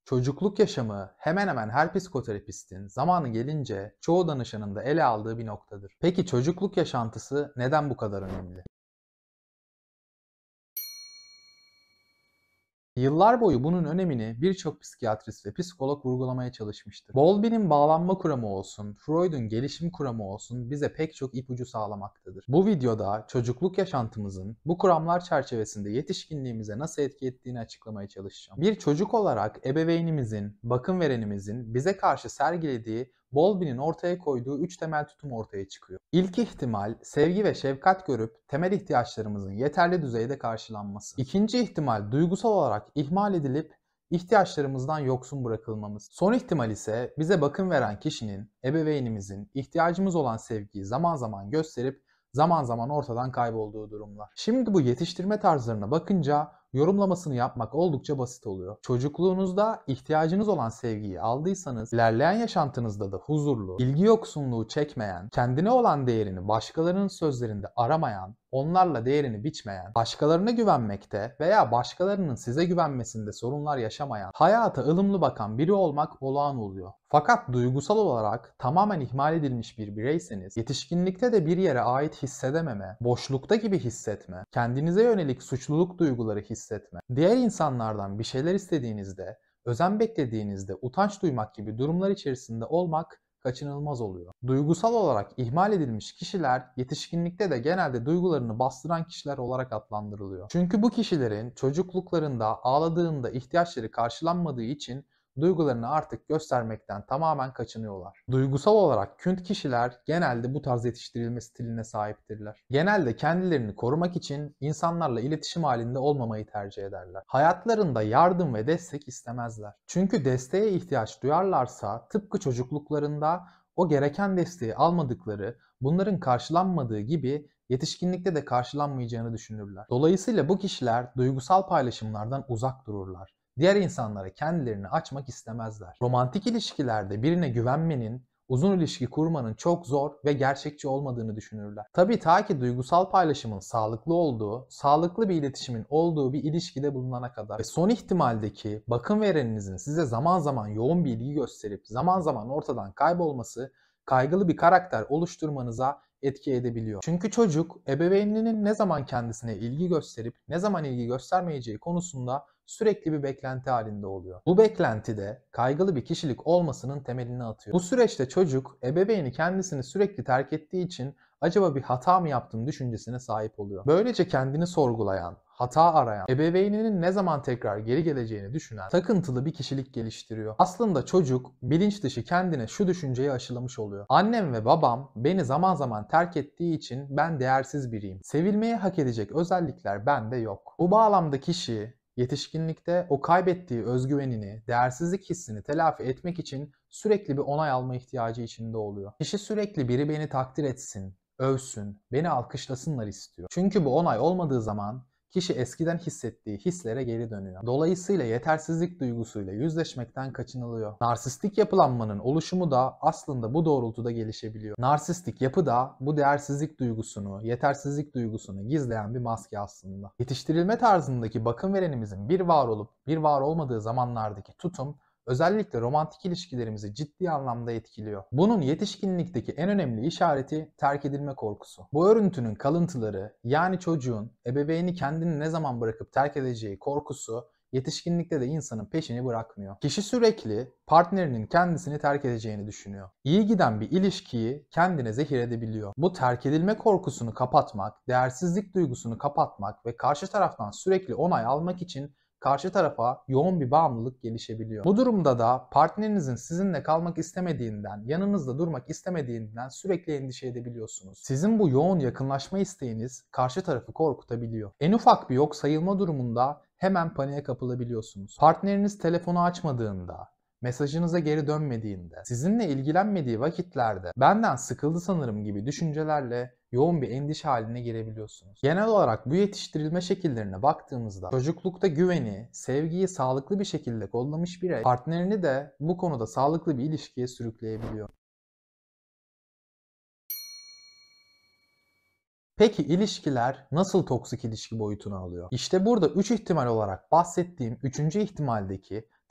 Çocukluk yaşamı hemen hemen her psikoterapistin zamanı gelince çoğu danışanın da ele aldığı bir noktadır. Peki çocukluk yaşantısı neden bu kadar önemli? Yıllar boyu bunun önemini birçok psikiyatrist ve psikolog vurgulamaya çalışmıştır. Bowlby'nin bağlanma kuramı olsun, Freud'un gelişim kuramı olsun bize pek çok ipucu sağlamaktadır. Bu videoda çocukluk yaşantımızın bu kuramlar çerçevesinde yetişkinliğimize nasıl etki ettiğini açıklamaya çalışacağım. Bir çocuk olarak ebeveynimizin, bakım verenimizin bize karşı sergilediği Bowlby'nin ortaya koyduğu 3 temel tutum ortaya çıkıyor. İlk ihtimal sevgi ve şefkat görüp temel ihtiyaçlarımızın yeterli düzeyde karşılanması. İkinci ihtimal duygusal olarak ihmal edilip ihtiyaçlarımızdan yoksun bırakılmamız. Son ihtimal ise bize bakım veren kişinin, ebeveynimizin ihtiyacımız olan sevgiyi zaman zaman gösterip zaman zaman ortadan kaybolduğu durumlar. Şimdi bu yetiştirme tarzlarına bakınca yorumlamasını yapmak oldukça basit oluyor. Çocukluğunuzda ihtiyacınız olan sevgiyi aldıysanız, ilerleyen yaşantınızda da huzurlu, ilgi yoksunluğu çekmeyen, kendine olan değerini başkalarının sözlerinde aramayan, onlarla değerini biçmeyen, başkalarına güvenmekte veya başkalarının size güvenmesinde sorunlar yaşamayan, hayata ılımlı bakan biri olmak olağan oluyor. Fakat duygusal olarak tamamen ihmal edilmiş bir bireyseniz, yetişkinlikte de bir yere ait hissedememe, boşlukta gibi hissetme, kendinize yönelik suçluluk duyguları hissetme, diğer insanlardan bir şeyler istediğinizde, özen beklediğinizde utanç duymak gibi durumlar içerisinde olmak kaçınılmaz oluyor. Duygusal olarak ihmal edilmiş kişiler yetişkinlikte de genelde duygularını bastıran kişiler olarak adlandırılıyor. Çünkü bu kişilerin çocukluklarında ağladığında ihtiyaçları karşılanmadığı için duygularını artık göstermekten tamamen kaçınıyorlar. Duygusal olarak künt kişiler genelde bu tarz yetiştirilme stiline sahiptirler. Genelde kendilerini korumak için insanlarla iletişim halinde olmamayı tercih ederler. Hayatlarında yardım ve destek istemezler. Çünkü desteğe ihtiyaç duyarlarsa tıpkı çocukluklarında o gereken desteği almadıkları, bunların karşılanmadığı gibi yetişkinlikte de karşılanmayacağını düşünürler. Dolayısıyla bu kişiler duygusal paylaşımlardan uzak dururlar. Diğer insanlara kendilerini açmak istemezler. Romantik ilişkilerde birine güvenmenin, uzun ilişki kurmanın çok zor ve gerçekçi olmadığını düşünürler. Tabii ta ki duygusal paylaşımın sağlıklı olduğu, sağlıklı bir iletişimin olduğu bir ilişkide bulunana kadar. Ve son ihtimaldeki bakım vereninizin size zaman zaman yoğun bir ilgi gösterip zaman zaman ortadan kaybolması kaygılı bir karakter oluşturmanıza etki edebiliyor. Çünkü çocuk ebeveyninin ne zaman kendisine ilgi gösterip ne zaman ilgi göstermeyeceği konusunda sürekli bir beklenti halinde oluyor. Bu beklenti de kaygılı bir kişilik olmasının temelini atıyor. Bu süreçte çocuk ebeveyni kendisini sürekli terk ettiği için acaba bir hata mı yaptım düşüncesine sahip oluyor. Böylece kendini sorgulayan, hata arayan, ebeveyninin ne zaman tekrar geri geleceğini düşünen, takıntılı bir kişilik geliştiriyor. Aslında çocuk bilinç dışı kendine şu düşünceyi aşılamış oluyor. Annem ve babam beni zaman zaman terk ettiği için ben değersiz biriyim. Sevilmeyi hak edecek özellikler bende yok. Bu bağlamda kişi yetişkinlikte o kaybettiği özgüvenini, değersizlik hissini telafi etmek için sürekli bir onay alma ihtiyacı içinde oluyor. Kişi sürekli biri beni takdir etsin, övsün, beni alkışlasınlar istiyor. Çünkü bu onay olmadığı zaman kişi eskiden hissettiği hislere geri dönüyor. Dolayısıyla yetersizlik duygusuyla yüzleşmekten kaçınılıyor. Narsistik yapılanmanın oluşumu da aslında bu doğrultuda gelişebiliyor. Narsistik yapı da bu değersizlik duygusunu, yetersizlik duygusunu gizleyen bir maske aslında. Yetiştirilme tarzındaki bakım verenimizin bir var olup bir var olmadığı zamanlardaki tutum özellikle romantik ilişkilerimizi ciddi anlamda etkiliyor. Bunun yetişkinlikteki en önemli işareti terk edilme korkusu. Bu örüntünün kalıntıları, yani çocuğun ebeveyni kendini ne zaman bırakıp terk edeceği korkusu yetişkinlikte de insanın peşini bırakmıyor. Kişi sürekli partnerinin kendisini terk edeceğini düşünüyor. İyi giden bir ilişkiyi kendine zehir edebiliyor. Bu terk edilme korkusunu kapatmak, değersizlik duygusunu kapatmak ve karşı taraftan sürekli onay almak için karşı tarafa yoğun bir bağımlılık gelişebiliyor. Bu durumda da partnerinizin sizinle kalmak istemediğinden, yanınızda durmak istemediğinden sürekli endişe edebiliyorsunuz. Sizin bu yoğun yakınlaşma isteğiniz karşı tarafı korkutabiliyor. En ufak bir yok sayılma durumunda hemen paniğe kapılabiliyorsunuz. Partneriniz telefonu açmadığında, mesajınıza geri dönmediğinde, sizinle ilgilenmediği vakitlerde benden sıkıldı sanırım gibi düşüncelerle yoğun bir endişe haline girebiliyorsunuz. Genel olarak bu yetiştirilme şekillerine baktığımızda çocuklukta güveni, sevgiyi sağlıklı bir şekilde kollamış birey partnerini de bu konuda sağlıklı bir ilişkiye sürükleyebiliyor. Peki ilişkiler nasıl toksik ilişki boyutunu alıyor? İşte burada 3 ihtimal olarak bahsettiğim 3. ihtimaldeki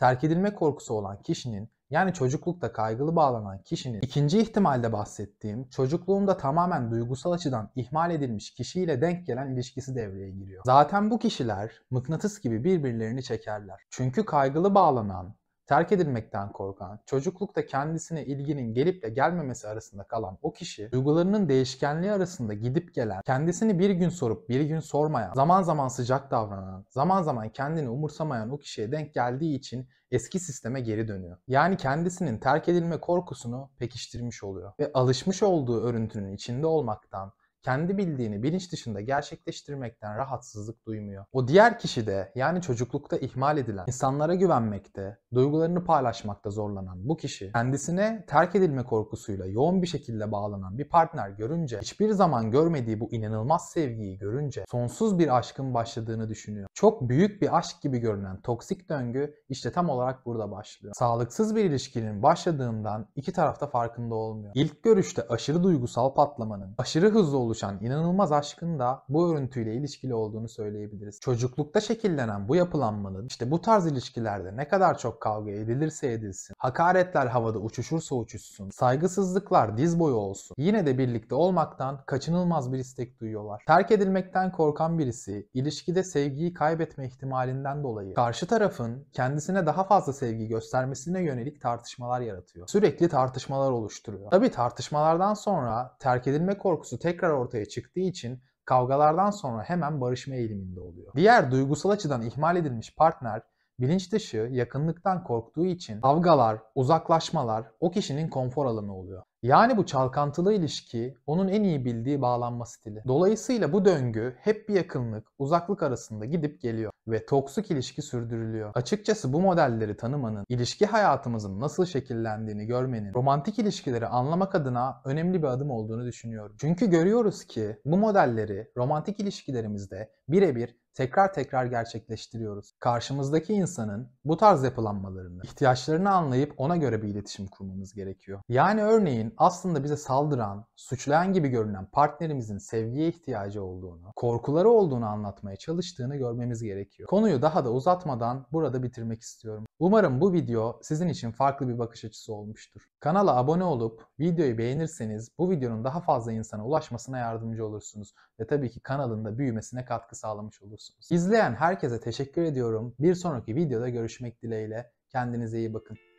Terk edilme korkusu olan kişinin, yani çocuklukta kaygılı bağlanan kişinin, ikinci ihtimalde bahsettiğim çocukluğunda tamamen duygusal açıdan ihmal edilmiş kişiyle denk gelen ilişkisi devreye giriyor. Zaten bu kişiler mıknatıs gibi birbirlerini çekerler. Çünkü kaygılı bağlanan, terk edilmekten korkan, çocuklukta kendisine ilginin gelip de gelmemesi arasında kalan o kişi, duygularının değişkenliği arasında gidip gelen, kendisini bir gün sorup bir gün sormayan, zaman zaman sıcak davranan, zaman zaman kendini umursamayan o kişiye denk geldiği için eski sisteme geri dönüyor. Yani kendisinin terk edilme korkusunu pekiştirmiş oluyor ve alışmış olduğu örüntünün içinde olmaktan, kendi bildiğini bilinç dışında gerçekleştirmekten rahatsızlık duymuyor. O diğer kişi de, yani çocuklukta ihmal edilen, insanlara güvenmekte, duygularını paylaşmakta zorlanan bu kişi, kendisine terk edilme korkusuyla yoğun bir şekilde bağlanan bir partner görünce, hiçbir zaman görmediği bu inanılmaz sevgiyi görünce sonsuz bir aşkın başladığını düşünüyor. Çok büyük bir aşk gibi görünen toksik döngü işte tam olarak burada başlıyor. Sağlıksız bir ilişkinin başladığından iki taraf da farkında olmuyor. İlk görüşte aşırı duygusal patlamanın, aşırı hızlı oluşan inanılmaz aşkın da bu örüntüyle ilişkili olduğunu söyleyebiliriz. Çocuklukta şekillenen bu yapılanmanın işte bu tarz ilişkilerde ne kadar çok kavga edilirse edilsin, hakaretler havada uçuşursa uçuşsun, saygısızlıklar diz boyu olsun, yine de birlikte olmaktan kaçınılmaz bir istek duyuyorlar. Terk edilmekten korkan birisi ilişkide sevgiyi kaybetme ihtimalinden dolayı karşı tarafın kendisine daha fazla sevgi göstermesine yönelik tartışmalar yaratıyor. Sürekli tartışmalar oluşturuyor. Tabii tartışmalardan sonra terk edilme korkusu tekrar ortaya çıktığı için kavgalardan sonra hemen barışma eğiliminde oluyor. Diğer duygusal açıdan ihmal edilmiş partner bilinç dışı yakınlıktan korktuğu için kavgalar, uzaklaşmalar o kişinin konfor alanı oluyor. Yani bu çalkantılı ilişki onun en iyi bildiği bağlanma stili. Dolayısıyla bu döngü hep bir yakınlık, uzaklık arasında gidip geliyor ve toksik ilişki sürdürülüyor. Açıkçası bu modelleri tanımanın, ilişki hayatımızın nasıl şekillendiğini görmenin, romantik ilişkileri anlamak adına önemli bir adım olduğunu düşünüyorum. Çünkü görüyoruz ki bu modelleri romantik ilişkilerimizde birebir tekrar tekrar gerçekleştiriyoruz. Karşımızdaki insanın bu tarz yapılanmalarını, ihtiyaçlarını anlayıp ona göre bir iletişim kurmamız gerekiyor. Yani örneğin aslında bize saldıran, suçlayan gibi görünen partnerimizin sevgiye ihtiyacı olduğunu, korkuları olduğunu anlatmaya çalıştığını görmemiz gerekiyor. Konuyu daha da uzatmadan burada bitirmek istiyorum. Umarım bu video sizin için farklı bir bakış açısı olmuştur. Kanala abone olup videoyu beğenirseniz bu videonun daha fazla insana ulaşmasına yardımcı olursunuz ve tabii ki kanalın da büyümesine katkı sağlamış olursunuz. İzleyen herkese teşekkür ediyorum. Bir sonraki videoda görüşmek dileğiyle. Kendinize iyi bakın.